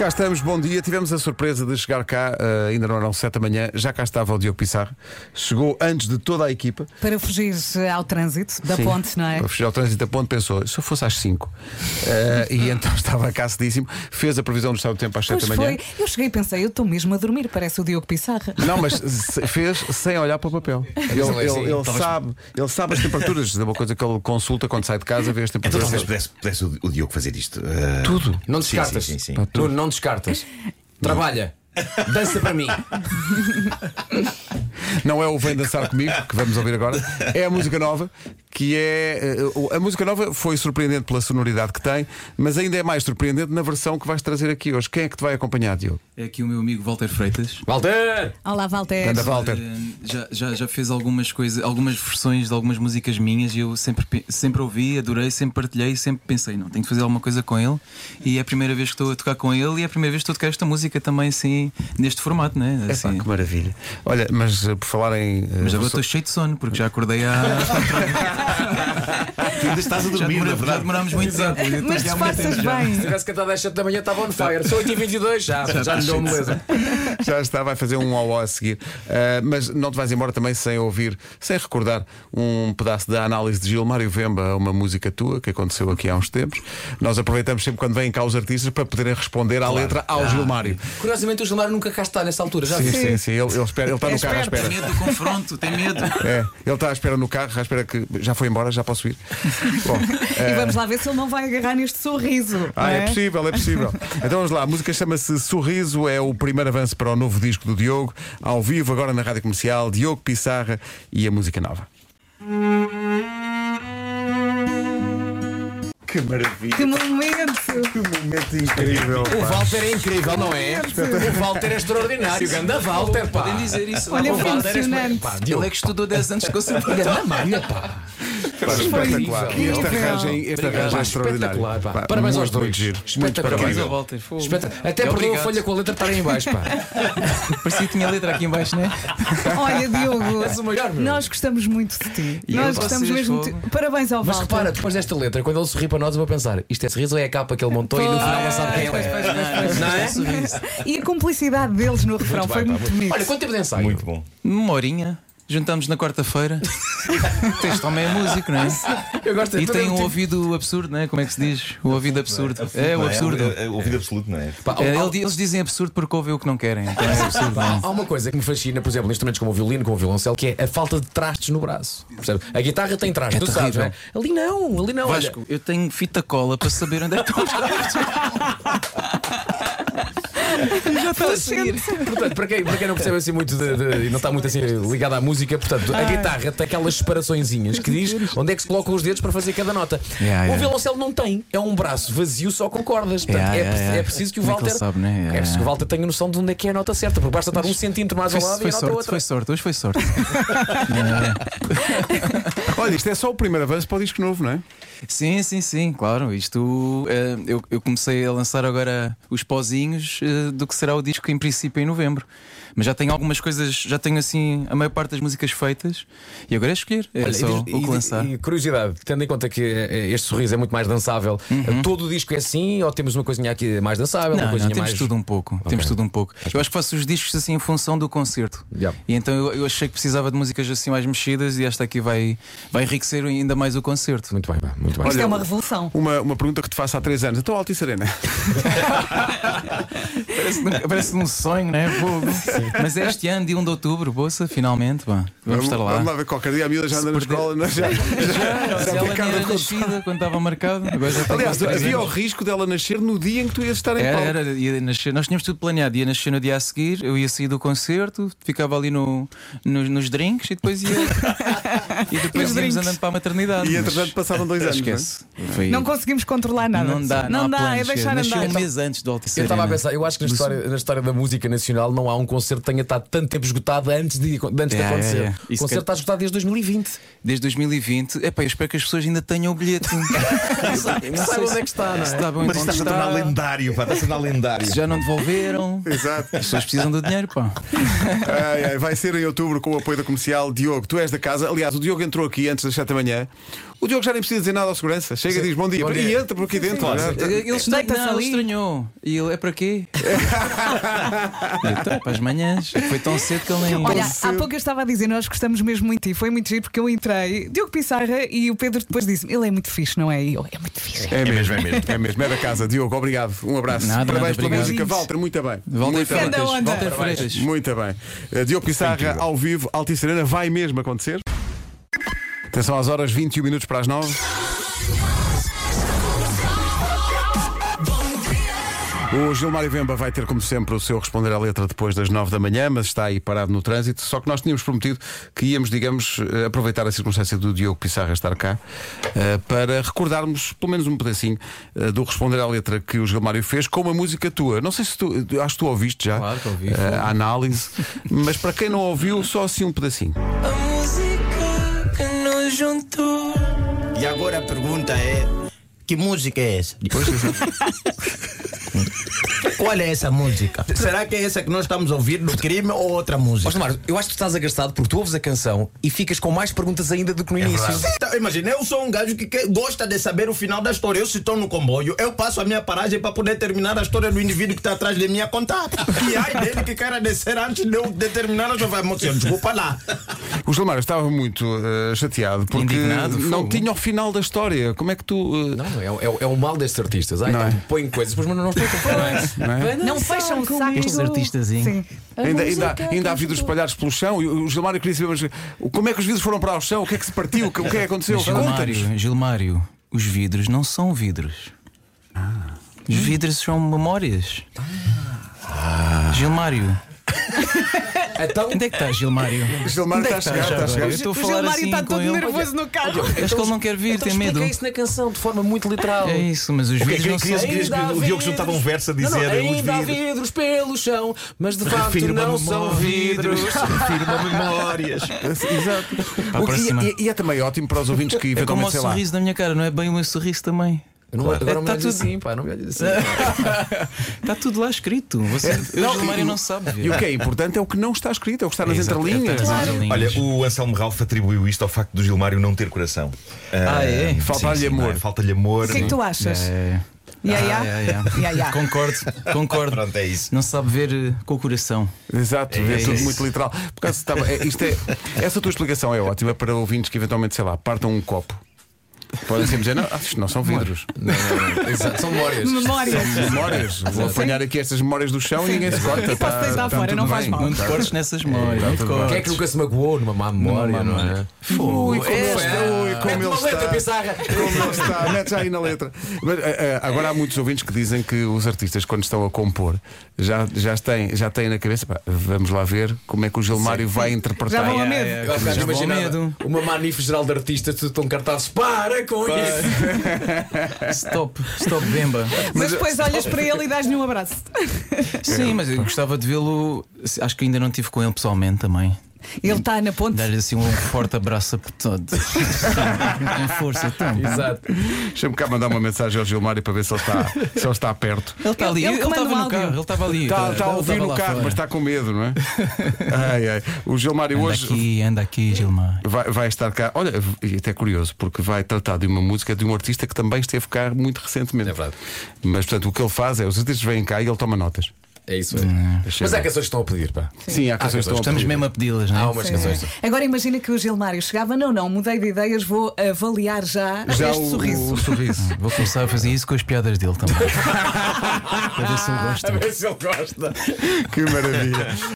Cá estamos, bom dia. Tivemos a surpresa de chegar cá, ainda não eram 7 da manhã, já cá estava o Diogo Pissarra. Chegou antes de toda a equipa. Para fugir ao trânsito da ponte, não é? Para fugir ao trânsito da ponte, pensou, se eu fosse às 5. E então estava cá cedíssimo. Fez a previsão do estado do tempo às 7 da manhã. Foi. Eu cheguei e pensei, eu estou mesmo a dormir, parece o Diogo Pissarra. Não, mas fez sem olhar para o papel. Ele sabe as temperaturas. É uma coisa que ele consulta quando sai de casa, vê as Então temperaturas. talvez pudesse o Diogo fazer isto. Tudo. Não descartas. Sim. Nuno, não descartas. Trabalha. Dança para mim. Não é o Vem Dançar Comigo, que vamos ouvir agora. É a música nova, que é. A música nova foi surpreendente pela sonoridade que tem, mas ainda é mais surpreendente na versão que vais trazer aqui hoje. Quem é que te vai acompanhar, Diogo? É aqui o meu amigo Walter Freitas. Walter! Olá, Walter. Anda, Walter. Já fez algumas coisas, algumas versões de algumas músicas minhas e eu sempre ouvi, adorei, sempre partilhei, sempre pensei, não, tenho que fazer alguma coisa com ele. E é a primeira vez que estou a tocar com ele e é a primeira vez que estou a tocar esta música também assim, neste formato, né? É Assim. pá, que maravilha. Olha, mas por falar em. Mas agora estou cheio de sono, porque já acordei há. Tu ainda estás a dormir, na Já verdade. demorámos muito tempo. Eu estou Mas aqui há muito disfarças tempo já. bem. Se tivesse cantado às 7 da manhã, estava on fire. São 8h22, já me deu beleza. Já está, vai fazer um ó a seguir. Mas não te vais embora também sem ouvir, sem recordar um pedaço da análise de Gilmário Vemba a uma música tua que aconteceu aqui há uns tempos. Nós aproveitamos sempre quando vêm cá os artistas para poderem responder à letra ao Gilmário. Curiosamente, o Gilmário nunca cá está nessa altura, já Sim, vi. sim. Ele espera, ele está no carro à espera. Tem medo do confronto, tem medo. É, ele está à espera no carro, à espera que já foi embora, já posso ir. Bom, E vamos lá ver se ele não vai agarrar neste sorriso. não é possível, é possível. Então vamos lá, a música chama-se Sorriso, é o primeiro avanço para o novo disco do Diogo, ao vivo agora na Rádio Comercial, Diogo Pissarra e a música nova. Que maravilha! Que momento! Que momento incrível! O Walter é incrível, não é? O Walter é extraordinário. Ganda Walter, pá. Podem dizer isso. Olha, O foi Walter é emocionante. pá, Ele Diogo. é que estudou 10 anos com o seu Ganda malha, pá. Espetacular! E este arranjo é extraordinário. Espetacular, pá. Pá, Parabéns aos muito, dois. muito giro. Espetacular. Parabéns incrível. ao Walter. Fogo. Até perdeu a Obrigado. folha com a letra estar aí em baixo, pá. Parecia que tinha letra aqui em baixo, não é? Olha, Diogo, És o maior, meu. nós gostamos muito de ti. E Nós eu, gostamos vocês, mesmo de ti. fogo. Parabéns ao Mas Walter. repara, depois desta letra, quando ele sorri para nós, eu vou pensar: isto é sorriso ou é a capa que ele montou e no final não sabe quem ele é? Não é? E a cumplicidade deles no refrão foi muito bonito. Olha, quanto tempo de ensaio? Muito bom. Uma horinha. Juntamos na quarta-feira. Este homem é músico, não é? Eu gosto de E tem um ouvido absurdo, não é? Como é que se diz? O ouvido absurdo. É o absurdo. É o ouvido absoluto, não é? Pá, Eles dizem absurdo porque ouvem o que não querem. Então é absurdo. não é? há uma coisa que me fascina, por exemplo, em instrumentos como o violino, como o violoncelo, que é a falta de trastes no braço. Percebe? A guitarra tem trastes, tu sabes, não é? Ali não. Olha, Vasco, eu tenho fita cola para saber onde é que estão os trastes. Já estou a seguir. portanto, para quem não percebe assim muito e não está muito assim ligado à música, portanto, a guitarra tem aquelas separaçõezinhas que diz onde é que se colocam os dedos para fazer cada nota. O violoncelo não tem, é um braço vazio só com cordas. Portanto, é preciso que o Como é que Walter ele sabe, né? é preciso que o Walter tenha noção de onde é que é a nota certa, porque basta estar 1 centímetro mais ao lado e a nota outra. Foi sorte, hoje foi sorte. Olha, isto é só o primeiro avanço para o disco novo, não é? Sim, claro. Isto eu comecei a lançar agora os pozinhos do que será o disco em princípio em novembro. Mas já tenho algumas coisas, já tenho assim a maior parte das músicas feitas e agora é escolher. É Olha, só o que lançar. e curiosidade, tendo em conta que este sorriso é muito mais dançável, todo o disco é assim ou temos uma coisinha aqui mais dançável? Uma Não, coisinha temos mais... tudo um pouco. Temos tudo um pouco. Eu acho que faço os discos assim em função do concerto. Yeah. E então eu achei que precisava de músicas assim mais mexidas e esta aqui vai enriquecer ainda mais o concerto. Muito bem, pá, muito bem. Isto Olha, é uma revolução. Uma pergunta que te faço há 3 anos. Então, Altice Arena. Parece um sonho, não é? Fogo. Mas é este ano, dia 1 de outubro, bolsa, finalmente. Pá. Vamos estar lá. Vamos lá ver, qualquer dia a miúda já anda na escola. Não, já Se ela nem Ricardo era contou. nascida quando estava marcado. Agora já tem Aliás, quase 3 havia o anos. risco dela nascer no dia em que tu ias estar em palco. Ia nascer. Nós tínhamos tudo planeado. Ia nascer no dia a seguir, eu ia sair do concerto, ficava ali nos drinks e depois ia. E depois íamos andando para a maternidade. E Mas entretanto passaram 2 anos. esquece. Foi- Não conseguimos controlar nada. Não dá, não há dá, planos. é deixar Nasceu andar. um mês antes do Altice Eu estava a Arena. pensar, eu acho que na história da música nacional não há um concerto que tenha estado tanto tempo esgotado antes de acontecer. O Isso concerto está esgotado desde 2020. Desde 2020. Epá, eu espero que as pessoas ainda tenham o bilhete. Não Sabe onde é que está, não se é? está bom Mas isto está a tornar lendário, pá, está a tornar lendário. Se já não devolveram. Exato. As pessoas precisam do dinheiro, pá. Vai ser em outubro com o apoio da comercial. Diogo, tu és da casa. Aliás, o Diogo entrou aqui antes das 7 da manhã. O Diogo já nem precisa dizer nada ao segurança. Chega e diz bom dia. Bom dia. E entra por aqui dentro. Ele Deita-se ali. estranhou. E ele, é para quê? Então, para as manhãs. Foi tão cedo que ele nem. Olha, há pouco eu estava a dizer, nós gostamos mesmo muito de ti. Foi muito giro porque eu entrei, Diogo Pissarra, e o Pedro depois disse-me: ele é muito fixe, não é? E eu, é muito fixe. É mesmo. É mesmo. É da casa. Diogo, obrigado. Um abraço. Parabéns pela obrigado. música. Walter, muito bem. Walter Muito bem. Freitas. Anda, anda. Walter Freitas. Muito bem. Diogo Pissarra ao vivo, Altice Arena, vai mesmo acontecer. Atenção às horas, 21 minutos para as 9. O Gilmário Vemba vai ter, como sempre, o seu responder à letra depois das 9 da manhã, mas está aí parado no trânsito. Só que nós tínhamos prometido que íamos, digamos, aproveitar a circunstância do Diogo Pissarra estar cá para recordarmos pelo menos um pedacinho do responder à letra que o Gilmário fez com uma música tua. Não sei se tu, acho que tu ouviste já, Claro que ouvi. a análise, mas para quem não ouviu, só assim um pedacinho. A música que nos juntou. E agora a pergunta é: que música é essa? Qual é essa música? Será que é essa que nós estamos a ouvir no crime ou outra música? Ó, Mário, eu acho que tu estás agastado porque tu ouves a canção e ficas com mais perguntas ainda do que no início. Então, imagina, eu sou um gajo que gosta de saber o final da história. Eu se estou no comboio, eu passo a minha paragem para poder terminar a história do indivíduo que está atrás de mim a contar. E ai dele que queira descer antes de eu determinar a sua emoção. Desculpa lá. O Gilmário estava muito chateado porque Indignado, não fogo. tinha o final da história. Como é que tu. Não, é o mal destes artistas. Ai, Não é? então põem coisas, depois não estou com Não fecham o saco. Estes artistas, hein? Sim. Ainda há vidros espalhados pelo chão. E o Gilmário queria saber, mas como é que os vidros foram para o chão? O que é que se partiu? O que é que aconteceu? Conta-nos. Gilmário, os vidros não são vidros. Os vidros são memórias. Gilmário. Então, Onde é que está, Gilmário? O Gilmário está a chegar, está a chegar. Eu estou a O falar Gilmário assim está com todo ele. nervoso no carro. Acho que ele não quer vir, então tem medo. explica isso na canção de forma muito literal. É isso, mas os vidros não são. Querias que o Diogo juntava um verso a dizer Não, os ainda há vidros. vidros pelo chão, mas de facto Refirma não são vidros. Refirma memórias. Exato. Para a próxima. E é também ótimo para os ouvintes que É como o eventualmente, sei lá. sorriso da minha cara, não é bem o meu sorriso também. Agora não me Tá olhes tudo- assim, pá, não me olhes assim. Está tudo lá escrito. O Gilmário não sabe ver. E o que é importante é o que não está escrito, é o que está nas Exato, entrelinhas. é nas entrelinhas. Olha, o Anselmo Ralph atribuiu isto ao facto do Gilmário não ter coração. É? Falta-lhe amor. Não é? Falta-lhe amor. O que é que tu achas? Ya. Concordo. Pronto, é isso. Não sabe ver com o coração. Exato, é tudo isso. muito literal. Por causa, essa tua explicação é ótima para ouvintes que eventualmente, sei lá, partam um copo. Podem sempre dizer, não, isto não são vidros. Não, exato, são memórias. Memórias. Memórias. Vou apanhar aqui estas memórias do chão e ninguém se corta. Posso deitar fora, tudo não faz bem. mal. Não te cortes nessas memórias. Não te tudo bem. Quem é que cortes. nunca se magoou numa má memória, não é? Ui, como ele está. Ui, como Mete ele uma letra, está. Pissarra. Como ele está. Mete já aí na letra. Mas, agora há muitos ouvintes que dizem que os artistas, quando estão a compor, já têm na cabeça, pá, vamos lá ver como é que o Gilmário vai interpretar. Já vão a medo. Eu acho que Já vou ao imaginava medo. uma manife geral de artistas, tudo tão cartazes. Para com isso! Stop Bemba. Mas depois olhas para ele e dás-lhe um abraço. Sim, mas eu gostava de vê-lo. Acho que ainda não estive com ele pessoalmente também. Ele está na ponte. Dar-lhe assim um forte abraço a todo. Com força, então. Exato. Deixa-me cá mandar uma mensagem ao Gilmário para ver se ele está perto. Ele está ali, Ele ele que manda estava um no áudio. carro, ele estava ali. Está a ouvir estava no lá carro, fora. mas está com medo, não é? Ai. O Gilmário hoje Anda aqui, Gilmar. vai estar cá. Olha, e até curioso, porque vai tratar de uma música de um artista que também esteve cá muito recentemente. É verdade. Mas portanto o que ele faz é os artistas vêm cá e ele toma notas. É isso mesmo. Mas há canções que estão a pedir, pá. Sim, há canções que estão a Estamos pedir. mesmo a pedi-las, não é? Há umas canções. Agora imagina que o Gilmário chegava, não, mudei de ideias, vou avaliar já Já este sorriso. o sorriso. Vou começar a fazer isso com as piadas dele também. Para ver se ele gosta. A ver se ele gosta. Que maravilha.